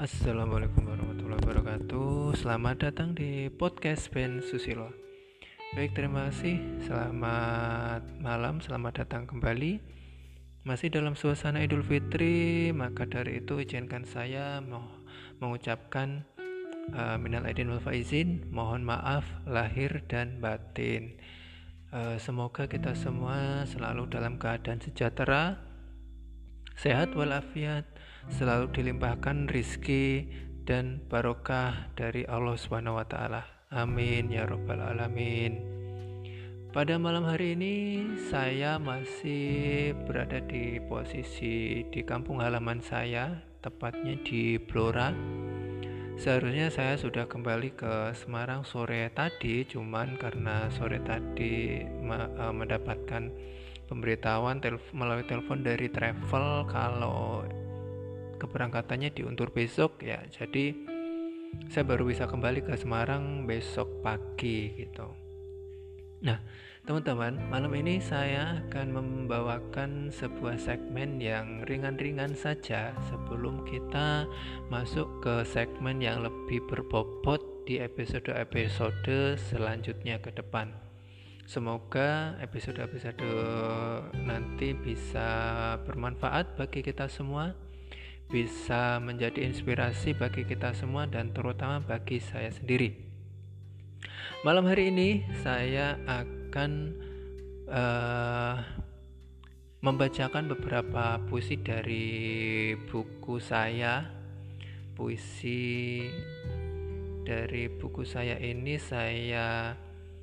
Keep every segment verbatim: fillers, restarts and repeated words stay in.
Assalamualaikum warahmatullahi wabarakatuh. Selamat datang di podcast Ben Susilo. Baik, terima kasih. Selamat malam, selamat datang kembali. Masih dalam suasana Idul Fitri, maka dari itu izinkan saya mau mengucapkan uh, minal aidin wal faizin, mohon maaf lahir dan batin. Uh, semoga kita semua selalu dalam keadaan sejahtera, sehat walafiat, selalu dilimpahkan rizki dan barokah dari Allah subhanahu wa taala. Amin ya rabbal alamin. Pada malam hari ini saya masih berada di posisi di kampung halaman saya, tepatnya di Blora. Seharusnya saya sudah kembali ke Semarang sore tadi, cuman karena sore tadi mendapatkan pemberitahuan telf- melalui telepon dari travel kalau keberangkatannya diundur besok ya, jadi saya baru bisa kembali ke Semarang besok pagi gitu. Nah teman-teman, malam ini saya akan membawakan sebuah segmen yang ringan-ringan saja sebelum kita masuk ke segmen yang lebih berbobot di episode-episode selanjutnya ke depan. Semoga episode-episode nanti bisa bermanfaat bagi kita semua, bisa menjadi inspirasi bagi kita semua, dan terutama bagi saya sendiri. Malam hari ini saya akan uh, membacakan beberapa puisi dari buku saya. Puisi dari buku saya ini saya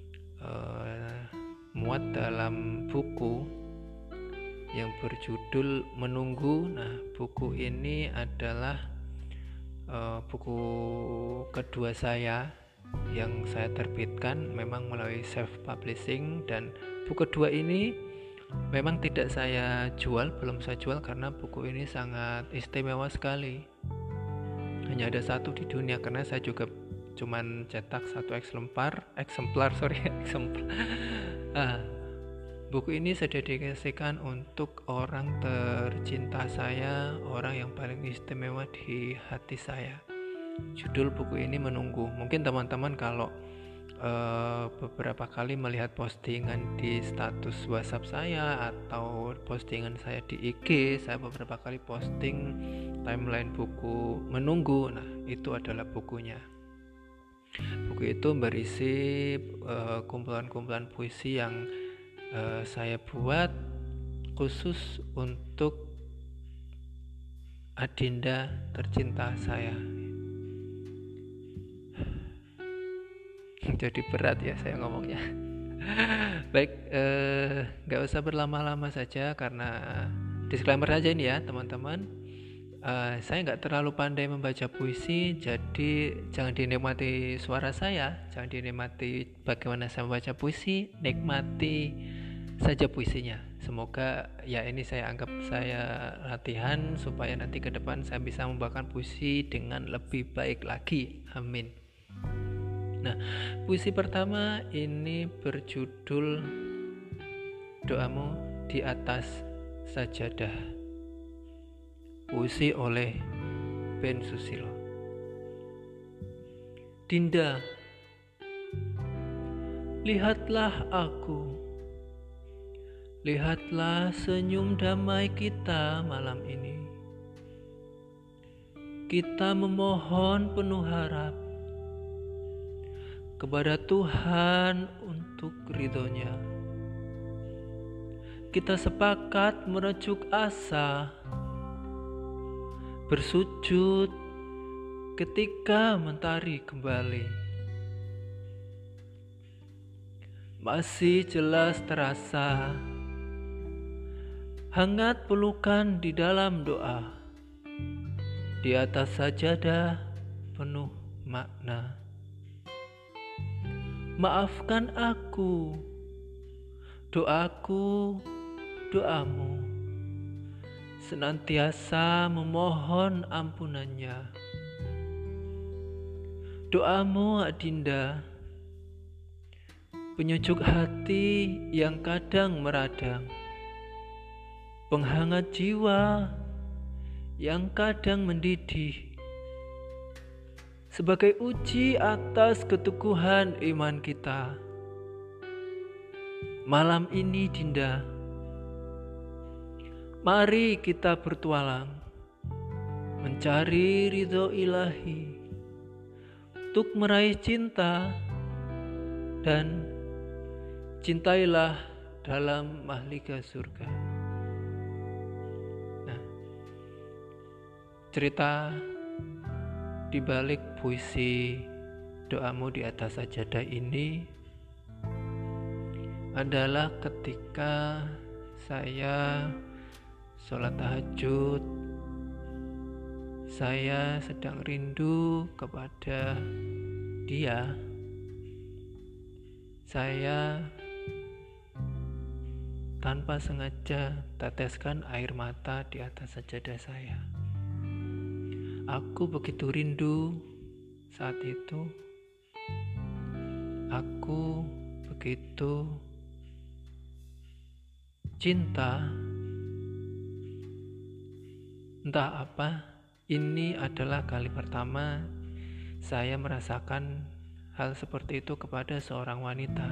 uh, muat dalam buku yang berjudul Menunggu. Nah, buku ini adalah uh, buku kedua saya yang saya terbitkan memang melalui self publishing, dan buku kedua ini memang tidak saya jual, belum saya jual karena buku ini sangat istimewa sekali. Hanya ada satu di dunia karena saya juga cuman cetak satu eksemplar, eksemplar sorry eksemplar. ah, Buku ini saya dedikasikan untuk orang tercinta saya, orang yang paling istimewa di hati saya. Judul buku ini Menunggu. Mungkin teman-teman kalau uh, beberapa kali melihat postingan di status WhatsApp saya atau postingan saya di I G, saya beberapa kali posting timeline buku Menunggu. Nah, itu adalah bukunya. Buku itu berisi uh, kumpulan-kumpulan puisi yang Uh, saya buat khusus untuk adinda tercinta saya. Jadi berat ya saya ngomongnya. Baik, uh, gak usah berlama-lama saja karena disclaimer aja ini ya teman-teman. Uh, saya nggak terlalu pandai membaca puisi, jadi jangan dinikmati suara saya, jangan dinikmati bagaimana saya membaca puisi, nikmati saja puisinya. Semoga ya ini saya anggap saya latihan supaya nanti ke depan saya bisa membawakan puisi dengan lebih baik lagi. Amin. Nah, puisi pertama ini berjudul Doamu di Atas Sajadah. Puisi oleh Ben Susilo. Dinda, lihatlah aku, lihatlah senyum damai kita malam ini. Kita memohon penuh harap kepada Tuhan untuk ridhonya. Kita sepakat merejuk asa, bersujud ketika mentari kembali. Masih jelas terasa hangat pelukan di dalam doa, di atas sajadah penuh makna. Maafkan aku, doaku, doamu, senantiasa memohon ampunannya. Doamu adinda, penyejuk hati yang kadang meradang, penghangat jiwa yang kadang mendidih, sebagai uji atas keteguhan iman kita. Malam ini Dinda, mari kita bertualang mencari ridho ilahi untuk meraih cinta, dan cintailah dalam mahliga surga. Nah, cerita di balik puisi doamu di atas sajadah ini adalah ketika saya sholat tahajud, saya sedang rindu kepada Dia. Saya tanpa sengaja teteskan air mata di atas sajadah saya. Aku begitu rindu saat itu. Aku begitu cinta. Entah apa, ini adalah kali pertama saya merasakan hal seperti itu kepada seorang wanita.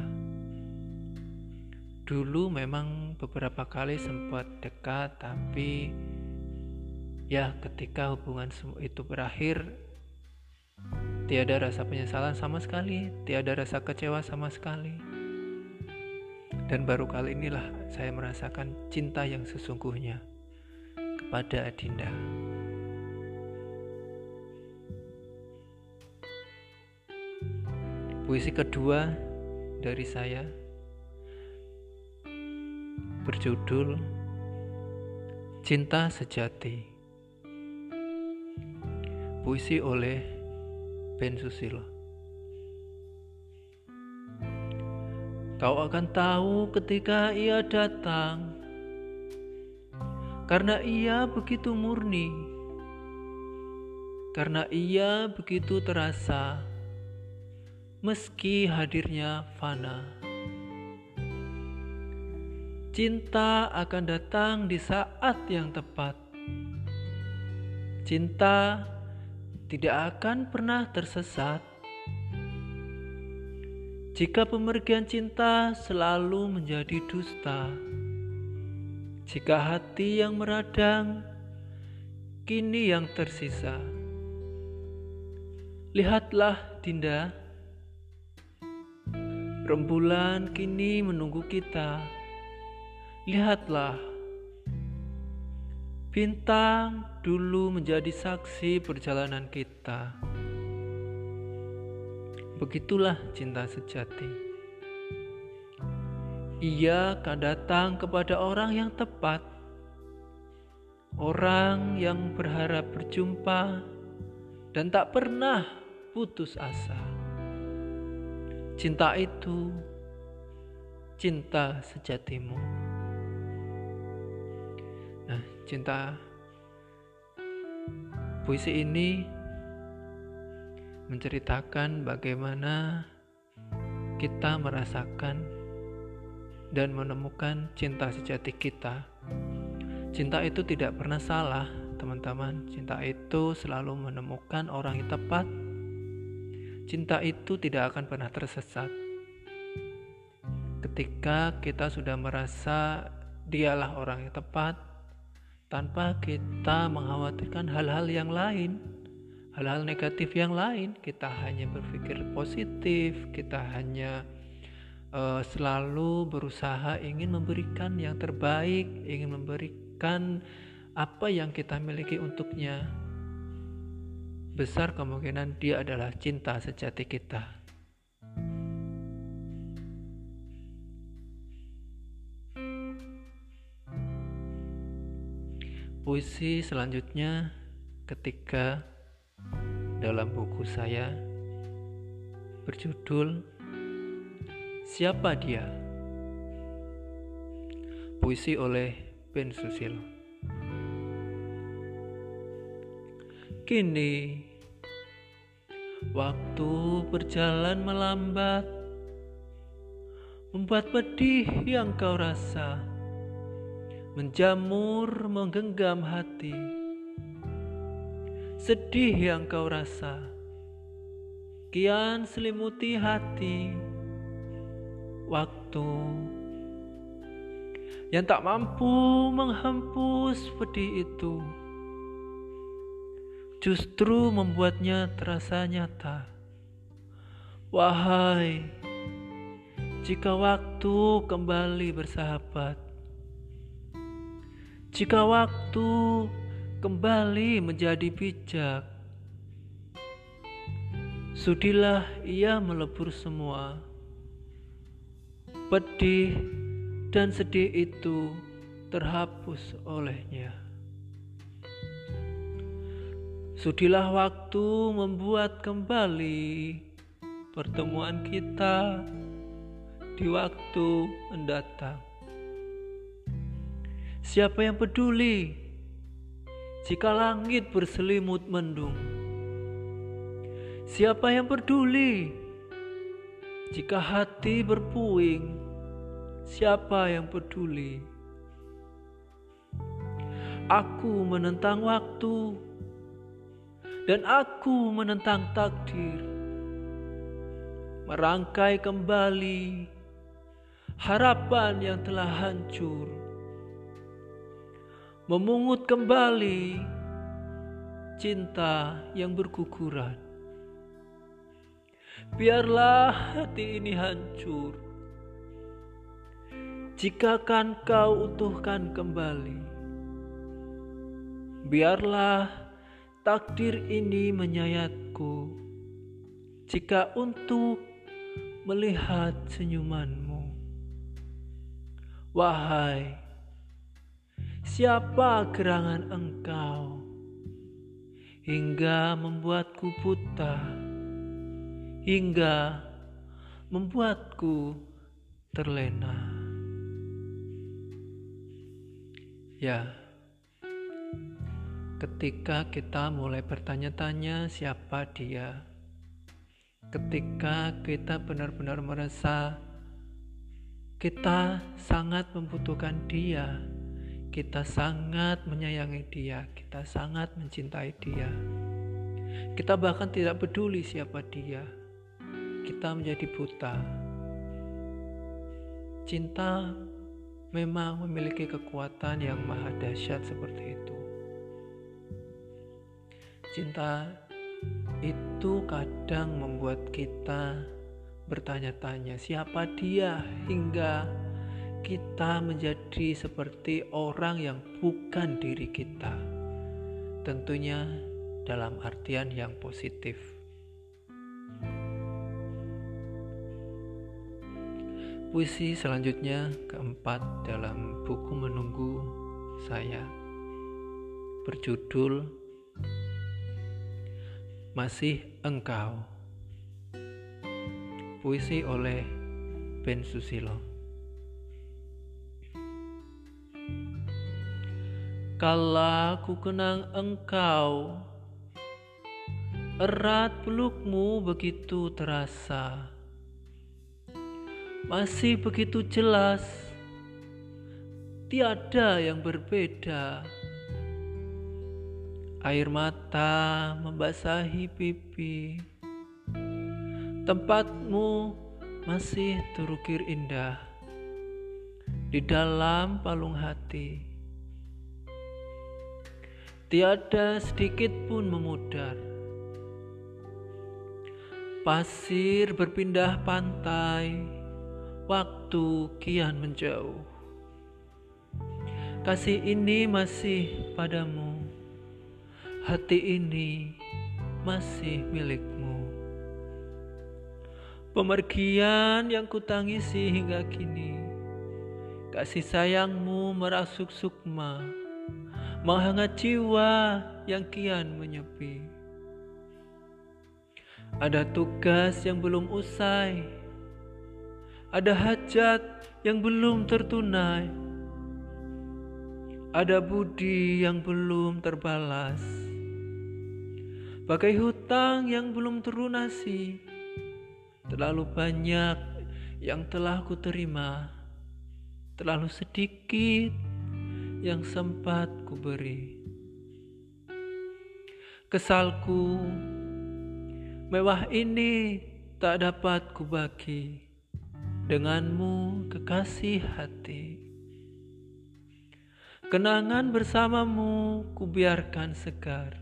Dulu memang beberapa kali sempat dekat, tapi ya ketika hubungan itu berakhir, tiada rasa penyesalan sama sekali, tiada rasa kecewa sama sekali. Dan baru kali inilah saya merasakan cinta yang sesungguhnya kepada Adinda. Puisi kedua dari saya berjudul Cinta Sejati. Puisi oleh Ben Susilo. Kau akan tahu ketika ia datang, karena ia begitu murni, karena ia begitu terasa, meski hadirnya fana. Cinta akan datang di saat yang tepat. Cinta tidak akan pernah tersesat. Jika pemergian cinta selalu menjadi dusta, jika hati yang meradang kini yang tersisa. Lihatlah Dinda, rembulan kini menunggu kita. Lihatlah, bintang dulu menjadi saksi perjalanan kita. Begitulah cinta sejati. Ia akan datang kepada orang yang tepat, orang yang berharap berjumpa dan tak pernah putus asa. Cinta itu cinta sejatimu. Nah, cinta puisi ini menceritakan bagaimana kita merasakan dan menemukan cinta sejati kita. Cinta itu tidak pernah salah, teman-teman. Cinta itu selalu menemukan orang yang tepat. Cinta itu tidak akan pernah tersesat. Ketika kita sudah merasa dialah orang yang tepat, tanpa kita mengkhawatirkan hal-hal yang lain, hal-hal negatif yang lain, kita hanya berpikir positif, kita hanya uh, selalu berusaha ingin memberikan yang terbaik, ingin memberikan apa yang kita miliki untuknya. Besar kemungkinan dia adalah cinta sejati kita. Puisi selanjutnya ketika dalam buku saya berjudul Siapa Dia? Puisi oleh Ben Susilo. Kini waktu berjalan melambat, membuat pedih yang kau rasa menjamur menggenggam hati. Sedih yang kau rasa kian selimuti hati. Waktu yang tak mampu menghempus pedih itu justru membuatnya terasa nyata. Wahai, jika waktu kembali bersahabat, jika waktu kembali menjadi bijak, sudilah ia melebur semua pedih dan sedih itu terhapus olehnya. Sudilah waktu membuat kembali pertemuan kita di waktu mendatang. Siapa yang peduli jika langit berselimut mendung? Siapa yang peduli jika hati berpuing? Siapa yang peduli? Aku menentang waktu dan aku menentang takdir, merangkai kembali harapan yang telah hancur, memungut kembali cinta yang berguguran. Biarlah hati ini hancur, jika kan kau utuhkan kembali. Biarlah takdir ini menyayatku, jika untuk melihat senyumanmu. Wahai, siapa gerangan engkau hingga membuatku buta, hingga membuatku terlena. Ya, ketika kita mulai bertanya-tanya siapa dia, ketika kita benar-benar merasa kita sangat membutuhkan dia, kita sangat menyayangi dia, kita sangat mencintai dia, kita bahkan tidak peduli siapa dia, kita menjadi buta. Cinta memang memiliki kekuatan yang maha dahsyat seperti itu. Cinta itu kadang membuat kita bertanya-tanya siapa dia, hingga kita menjadi seperti orang yang bukan diri kita. Tentunya dalam artian yang positif. Puisi selanjutnya keempat dalam buku Menunggu saya berjudul Masih Engkau. Puisi oleh Ben Susilo. Kala ku kenang engkau, erat pelukmu begitu terasa, masih begitu jelas, tiada yang berbeda. Air mata membasahi pipi, tempatmu masih terukir indah di dalam palung hati. Tiada sedikit pun memudar. Pasir berpindah pantai, waktu kian menjauh. Kasih ini masih padamu, hati ini masih milikmu. Pemergian yang kutangisi hingga kini, kasih sayangmu merasuk sukma, menghangat jiwa yang kian menyepi. Ada tugas yang belum usai, ada hajat yang belum tertunai, ada budi yang belum terbalas, bagai hutang yang belum terlunasi. Terlalu banyak yang telah kuterima, terlalu sedikit yang sempat kuberi. Kesalku Mewah ini tak dapat kubagi denganmu kekasih hati. Kenangan bersamamu kubiarkan segar.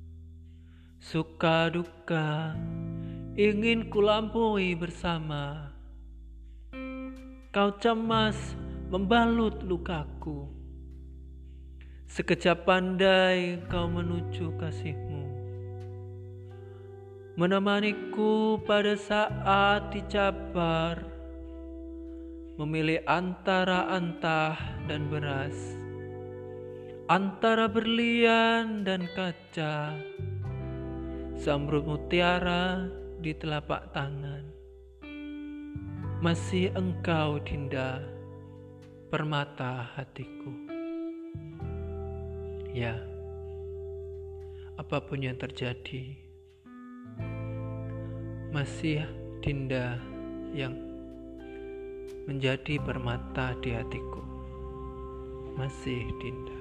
Suka duka ingin kulampaui bersama. Kau cemas membalut lukaku. Sekejap pandai kau menuju kasihmu, menemaniku pada saat dicabar, memilih antara antah dan beras, antara berlian dan kaca, zamrud mutiara di telapak tangan. Masih engkau Dinda, permata hatiku. Ya, apapun yang terjadi, masih Dinda yang menjadi permata di hatiku. Masih Dinda.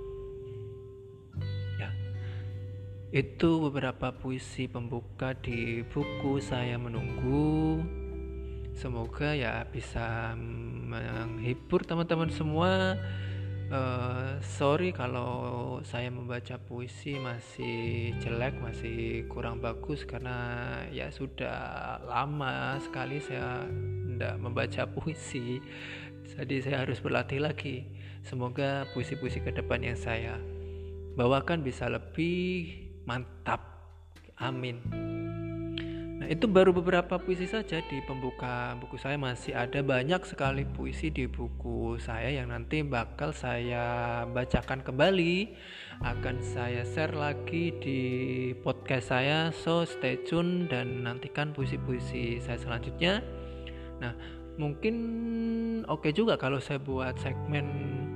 Ya, itu beberapa puisi pembuka di buku Saya Menunggu. Semoga ya bisa menghibur teman-teman semua. Uh, sorry kalau saya membaca puisi masih jelek, masih kurang bagus, karena ya sudah lama sekali saya tidak membaca puisi, jadi saya harus berlatih lagi. Semoga puisi-puisi ke depan yang saya bawakan bisa lebih mantap, amin. Nah, itu baru beberapa puisi saja di pembuka buku saya. Masih ada banyak sekali puisi di buku saya yang nanti bakal saya bacakan kembali, akan saya share lagi di podcast saya. So stay tune dan nantikan puisi-puisi saya selanjutnya. Nah, mungkin oke okay juga kalau saya buat segmen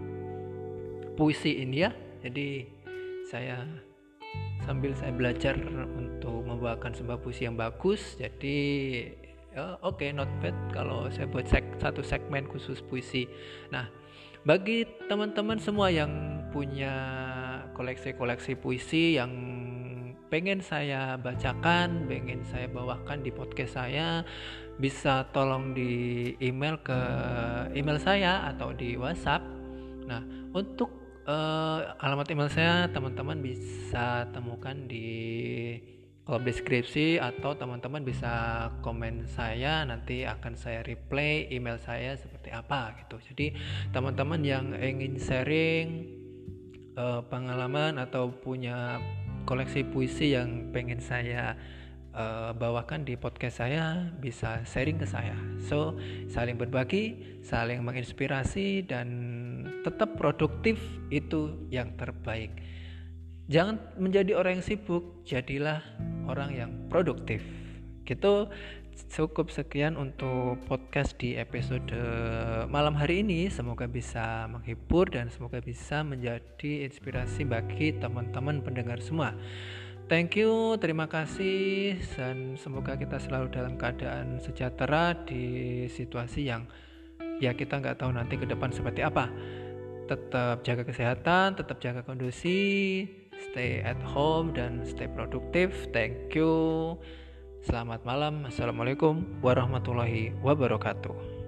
puisi ini ya. Jadi saya sambil saya belajar untuk membawakan sebuah puisi yang bagus. Jadi ya, oke okay, not bad kalau saya buat seg- satu segmen khusus puisi. Nah, bagi teman-teman semua yang punya koleksi-koleksi puisi yang pengen saya bacakan, pengen saya bawakan di podcast saya, bisa tolong di email ke email saya atau di WhatsApp. Nah, untuk Uh, alamat email saya teman-teman bisa temukan di kolom deskripsi, atau teman-teman bisa komen saya, nanti akan saya reply email saya seperti apa gitu. Jadi teman-teman yang ingin sharing uh, pengalaman atau punya koleksi puisi yang pengen saya uh, bawakan di podcast saya, bisa sharing ke saya. So saling berbagi, saling menginspirasi, dan tetap produktif, itu yang terbaik. Jangan menjadi orang yang sibuk, jadilah orang yang produktif. Gitu. Cukup sekian untuk podcast di episode malam hari ini. Semoga bisa menghibur dan semoga bisa menjadi inspirasi bagi teman-teman pendengar semua. Thank you, terima kasih, dan semoga kita selalu dalam keadaan sejahtera di situasi yang ya kita nggak tahu nanti ke depan seperti apa. Tetap jaga kesehatan, tetap jaga kondisi, stay at home dan stay produktif. Thank you. Selamat malam. Assalamualaikum warahmatullahi wabarakatuh.